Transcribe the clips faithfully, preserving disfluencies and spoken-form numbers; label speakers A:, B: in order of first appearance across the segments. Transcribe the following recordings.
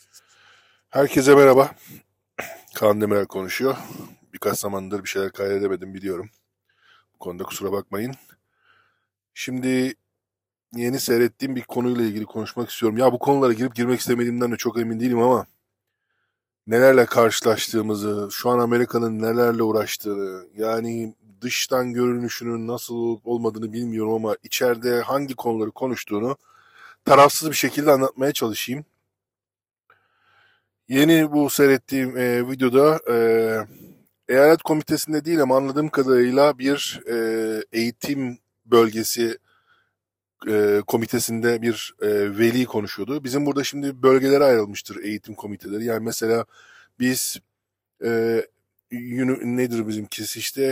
A: Herkese merhaba. Kaan Demirel konuşuyor. Birkaç zamandır bir şeyler kaydedemedim biliyorum. Bu konuda kusura bakmayın. Şimdi yeni seyrettiğim bir konuyla ilgili konuşmak istiyorum. Ya bu konulara girip girmek istemediğimden de çok emin değilim ama nelerle karşılaştığımızı, şu an Amerika'nın nelerle uğraştığını, yani dıştan görünüşünün nasıl olup olmadığını bilmiyorum ama içeride hangi konuları konuştuğunu tarafsız bir şekilde anlatmaya çalışayım. Yeni bu seyrettiğim e, videoda e, eyalet komitesinde değil ama anladığım kadarıyla bir e, eğitim bölgesi e, komitesinde bir e, veli konuşuyordu. Bizim burada şimdi bölgelere ayrılmıştır eğitim komiteleri. Yani mesela biz e, uni- nedir bizimkisi işte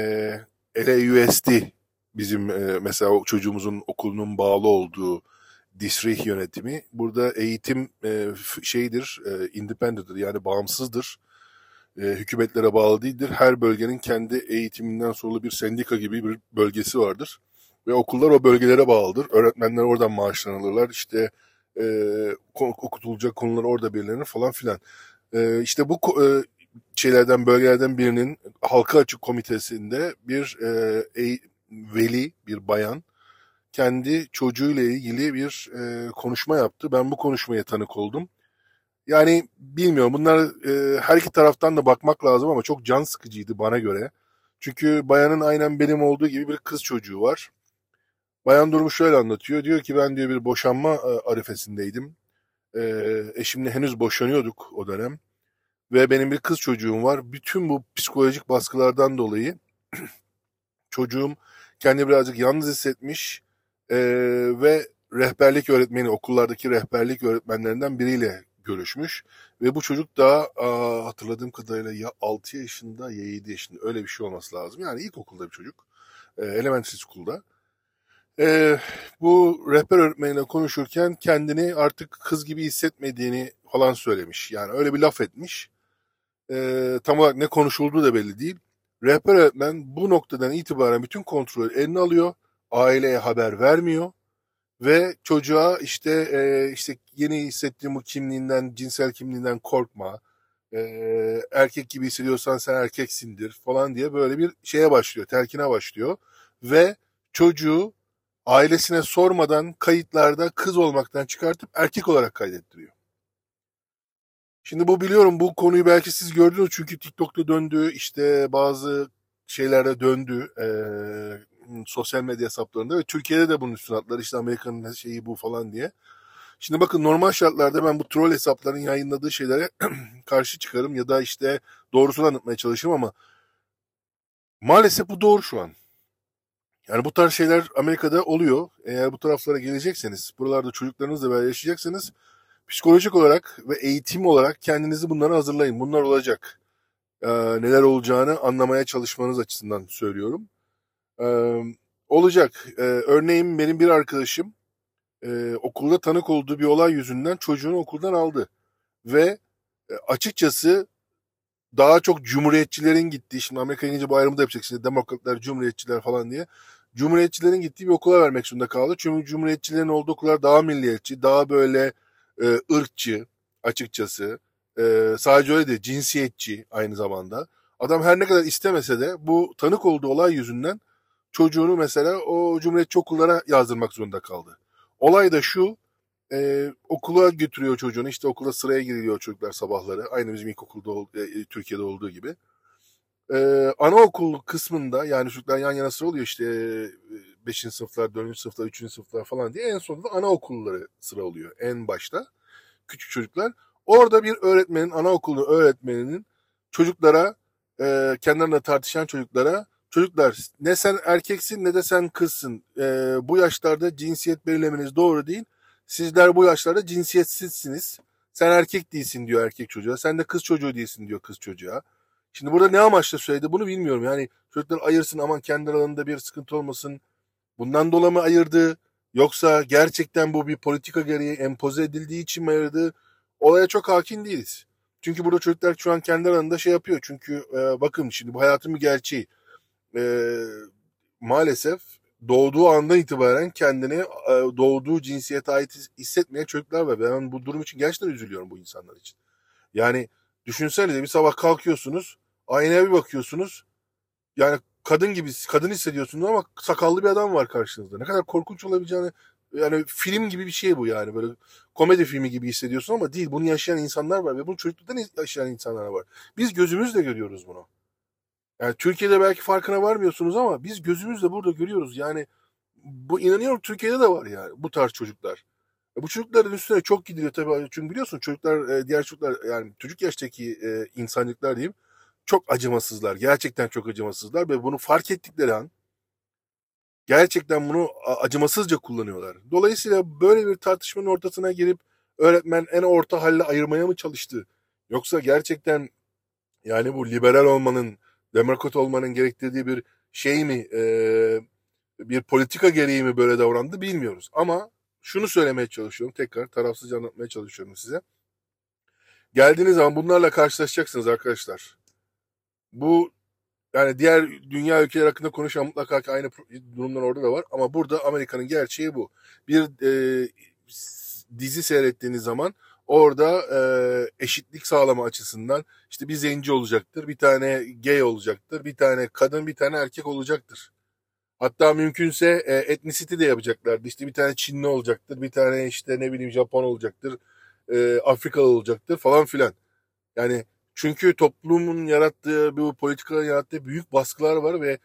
A: e, L A U S D bizim e, mesela o çocuğumuzun okulunun bağlı olduğu district yönetimi. Burada eğitim e, f- şeydir, e, independent'dır yani bağımsızdır. E, hükümetlere bağlı değildir. Her bölgenin kendi eğitiminden sorulu bir sendika gibi bir bölgesi vardır. Ve okullar o bölgelere bağlıdır. Öğretmenler oradan maaşlarını alırlar. İşte e, okutulacak konular orada belirlenir falan filan. E, işte bu ko- e, şeylerden, bölgelerden birinin halka açık komitesinde bir e, e, veli, bir bayan kendi çocuğuyla ilgili bir e, konuşma yaptı. Ben bu konuşmaya tanık oldum. Yani bilmiyorum bunlar e, her iki taraftan da bakmak lazım ama çok can sıkıcıydı bana göre. Çünkü bayanın aynen benim olduğu gibi bir kız çocuğu var. Bayan durumu şöyle anlatıyor. Diyor ki ben diyor bir boşanma e, arifesindeydim. E, eşimle henüz boşanıyorduk o dönem. Ve benim bir kız çocuğum var. Bütün bu psikolojik baskılardan dolayı çocuğum kendini birazcık yalnız hissetmiş e, ve rehberlik öğretmeni, okullardaki rehberlik öğretmenlerinden biriyle görüşmüş. Ve bu çocuk da aa, hatırladığım kadarıyla ya altı yaşında ya yedi yaşında öyle bir şey olması lazım. Yani ilkokulda bir çocuk. E, elementary school'da. E, bu rehber öğretmeniyle konuşurken kendini artık kız gibi hissetmediğini falan söylemiş. Yani öyle bir laf etmiş. E, tam olarak ne konuşulduğu da belli değil. Rehber öğretmen bu noktadan itibaren bütün kontrolü eline alıyor. Aileye haber vermiyor ve çocuğa işte e, işte yeni hissettiğin bu kimliğinden, cinsel kimliğinden korkma. E, erkek gibi hissediyorsan sen erkeksindir falan diye böyle bir şeye başlıyor, telkine başlıyor ve çocuğu ailesine sormadan kayıtlarda kız olmaktan çıkartıp erkek olarak kaydettiriyor. Şimdi bu biliyorum bu konuyu belki siz gördünüz çünkü TikTok'ta döndü, işte bazı şeylerde döndü, eee, sosyal medya hesaplarında ve Türkiye'de de bunun üstüne attılar işte Amerika'nın şeyi bu falan diye. Şimdi bakın normal şartlarda ben bu troll hesapların yayınladığı şeylere karşı çıkarım ya da işte doğrusunu anlatmaya çalışırım ama maalesef bu doğru şu an. Yani bu tarz şeyler Amerika'da oluyor. Eğer bu taraflara gelecekseniz, buralarda çocuklarınızla beraber yaşayacaksanız psikolojik olarak ve eğitim olarak kendinizi bunlara hazırlayın. Bunlar olacak. Ee, neler olacağını anlamaya çalışmanız açısından söylüyorum. Ee, olacak. Ee, örneğin benim bir arkadaşım e, okulda tanık olduğu bir olay yüzünden çocuğunu okuldan aldı. Ve e, açıkçası daha çok cumhuriyetçilerin gittiği, şimdi Amerika İngilizce bu ayrımı da yapacak şimdi demokratlar, cumhuriyetçiler falan diye. Cumhuriyetçilerin gittiği bir okula vermek zorunda kaldı. Çünkü cumhuriyetçilerin olduğu okullar daha milliyetçi, daha böyle e, ırkçı açıkçası. E, sadece öyle değil, cinsiyetçi aynı zamanda. Adam her ne kadar istemese de bu tanık olduğu olay yüzünden çocuğunu mesela o cumhuriyetçi okullara yazdırmak zorunda kaldı. Olay da şu, e, okula götürüyor çocuğunu. İşte okula sıraya giriliyor çocuklar sabahları. Aynı bizim ilkokulda, e, Türkiye'de olduğu gibi. E, anaokul kısmında yani çocuklar yan yana sıra oluyor işte e, beşinci sınıflar, dördüncü sınıflar, üçüncü sınıflar falan diye. En sonunda anaokulları sıra oluyor en başta. Küçük çocuklar. Orada bir öğretmenin, anaokulu öğretmeninin çocuklara, e, kendilerine tartışan çocuklara çocuklar ne sen erkeksin ne de sen kızsın. E, bu yaşlarda cinsiyet belirlemeniz doğru değil. Sizler bu yaşlarda cinsiyetsizsiniz. Sen erkek değilsin diyor erkek çocuğa. Sen de kız çocuğu değilsin diyor kız çocuğa. Şimdi burada ne amaçla söyledi bunu bilmiyorum. Yani çocuklar ayırsın aman kendi aralarında bir sıkıntı olmasın. Bundan dolayı mı ayırdı? Yoksa gerçekten bu bir politika gereği empoze edildiği için mi ayırdı? Olaya çok hakim değiliz. Çünkü burada çocuklar şu an kendi aralarında şey yapıyor. Çünkü e, bakın şimdi bu hayatın bir gerçeği. E, maalesef doğduğu andan itibaren kendini e, doğduğu cinsiyete ait hissetmeyen çocuklar var. Ben bu durum için gerçekten üzülüyorum bu insanlar için. Yani düşünsenize bir sabah kalkıyorsunuz, aynaya bir bakıyorsunuz. Yani kadın gibi, kadın hissediyorsunuz ama sakallı bir adam var karşınızda. Ne kadar korkunç olabileceğini, yani film gibi bir şey bu yani. Böyle komedi filmi gibi hissediyorsun ama değil. Bunu yaşayan insanlar var ve bunu çocukluktan yaşayan insanlar var. Biz gözümüzle görüyoruz bunu. Yani Türkiye'de belki farkına varmıyorsunuz ama biz gözümüzle burada görüyoruz. Yani bu inanıyorum Türkiye'de de var yani bu tarz çocuklar. E bu çocukların üstüne çok gidiliyor tabii. Çünkü biliyorsun çocuklar, e, diğer çocuklar yani çocuk yaştaki e, insanlıklar diyeyim çok acımasızlar. Gerçekten çok acımasızlar ve bunu fark ettikleri an gerçekten bunu acımasızca kullanıyorlar. Dolayısıyla böyle bir tartışmanın ortasına girip öğretmen en orta halle ayırmaya mı çalıştı? Yoksa gerçekten yani bu liberal olmanın, demokrat olmanın gerektirdiği bir şey mi, e, bir politika gereği mi böyle davrandı bilmiyoruz. Ama şunu söylemeye çalışıyorum, tekrar tarafsızca anlatmaya çalışıyorum size. Geldiğiniz zaman bunlarla karşılaşacaksınız arkadaşlar. Bu yani diğer dünya ülkeleri hakkında konuşan mutlaka ki aynı durumlar orada da var. Ama burada Amerika'nın gerçeği bu. Bir e, dizi seyrettiğiniz zaman orada e, eşitlik sağlama açısından işte bir zenci olacaktır, bir tane gay olacaktır, bir tane kadın, bir tane erkek olacaktır. Hatta mümkünse e, etnisiti de yapacaklardı. İşte bir tane Çinli olacaktır, bir tane işte ne bileyim Japon olacaktır, e, Afrikalı olacaktır falan filan. Yani çünkü toplumun yarattığı, bu politikaların yarattığı büyük baskılar var ve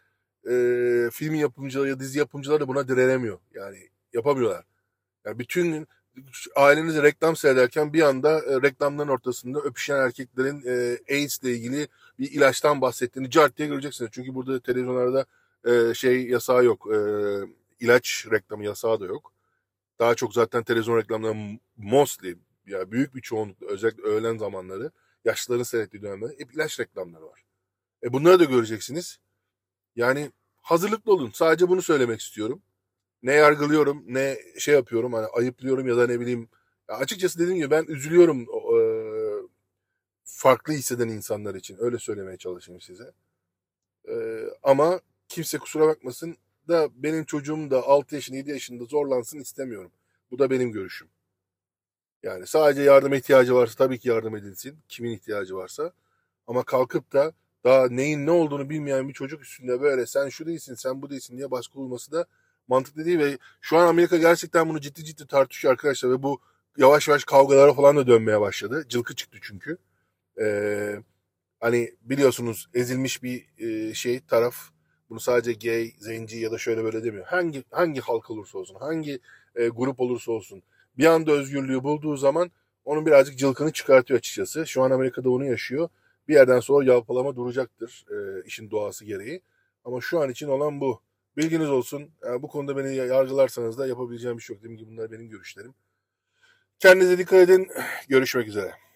A: e, film yapımcıları ya dizi yapımcıları da buna direnemiyor. Yani yapamıyorlar. Yani bütün aileniz reklam seyrederken bir anda e, reklamların ortasında öpüşen erkeklerin e, AIDS ile ilgili bir ilaçtan bahsettiğini cart diye göreceksiniz. Çünkü burada televizyonlarda e, şey yasağı yok. E, ilaç reklamı yasağı da yok. Daha çok zaten televizyon reklamları mostly, yani büyük bir çoğunlukla özellikle öğlen zamanları yaşlıların seyrettiği dönemde hep ilaç reklamları var. E bunları da göreceksiniz. Yani hazırlıklı olun. Sadece bunu söylemek istiyorum. Ne yargılıyorum, ne şey yapıyorum, hani ayıplıyorum ya da ne bileyim. Ya açıkçası dediğim gibi ben üzülüyorum e, farklı hisseden insanlar için. Öyle söylemeye çalışayım size. E, ama kimse kusura bakmasın da benim çocuğum da altı yaşında, yedi yaşında zorlansın istemiyorum. Bu da benim görüşüm. Yani sadece yardıma ihtiyacı varsa tabii ki yardım edilsin. Kimin ihtiyacı varsa. Ama kalkıp da daha neyin ne olduğunu bilmeyen bir çocuk üstünde böyle sen şu değilsin, sen bu değilsin diye baskı olması da mantıklı değil. Ve şu an Amerika gerçekten bunu ciddi ciddi tartışıyor arkadaşlar. Ve bu yavaş yavaş kavgalara falan da dönmeye başladı. Cılkı çıktı çünkü. Ee, hani biliyorsunuz ezilmiş bir e, şey taraf. Bunu sadece gay, zenci ya da şöyle böyle demiyor. Hangi hangi halk olursa olsun, hangi e, grup olursa olsun bir anda özgürlüğü bulduğu zaman onun birazcık cılkını çıkartıyor açıkçası. Şu an Amerika'da onu yaşıyor. Bir yerden sonra yalpalama duracaktır e, işin doğası gereği. Ama şu an için olan bu. Bilginiz olsun. Yani bu konuda beni yargılarsanız da yapabileceğim bir şey yok. Dediğim gibi bunlar benim görüşlerim. Kendinize dikkat edin. Görüşmek üzere.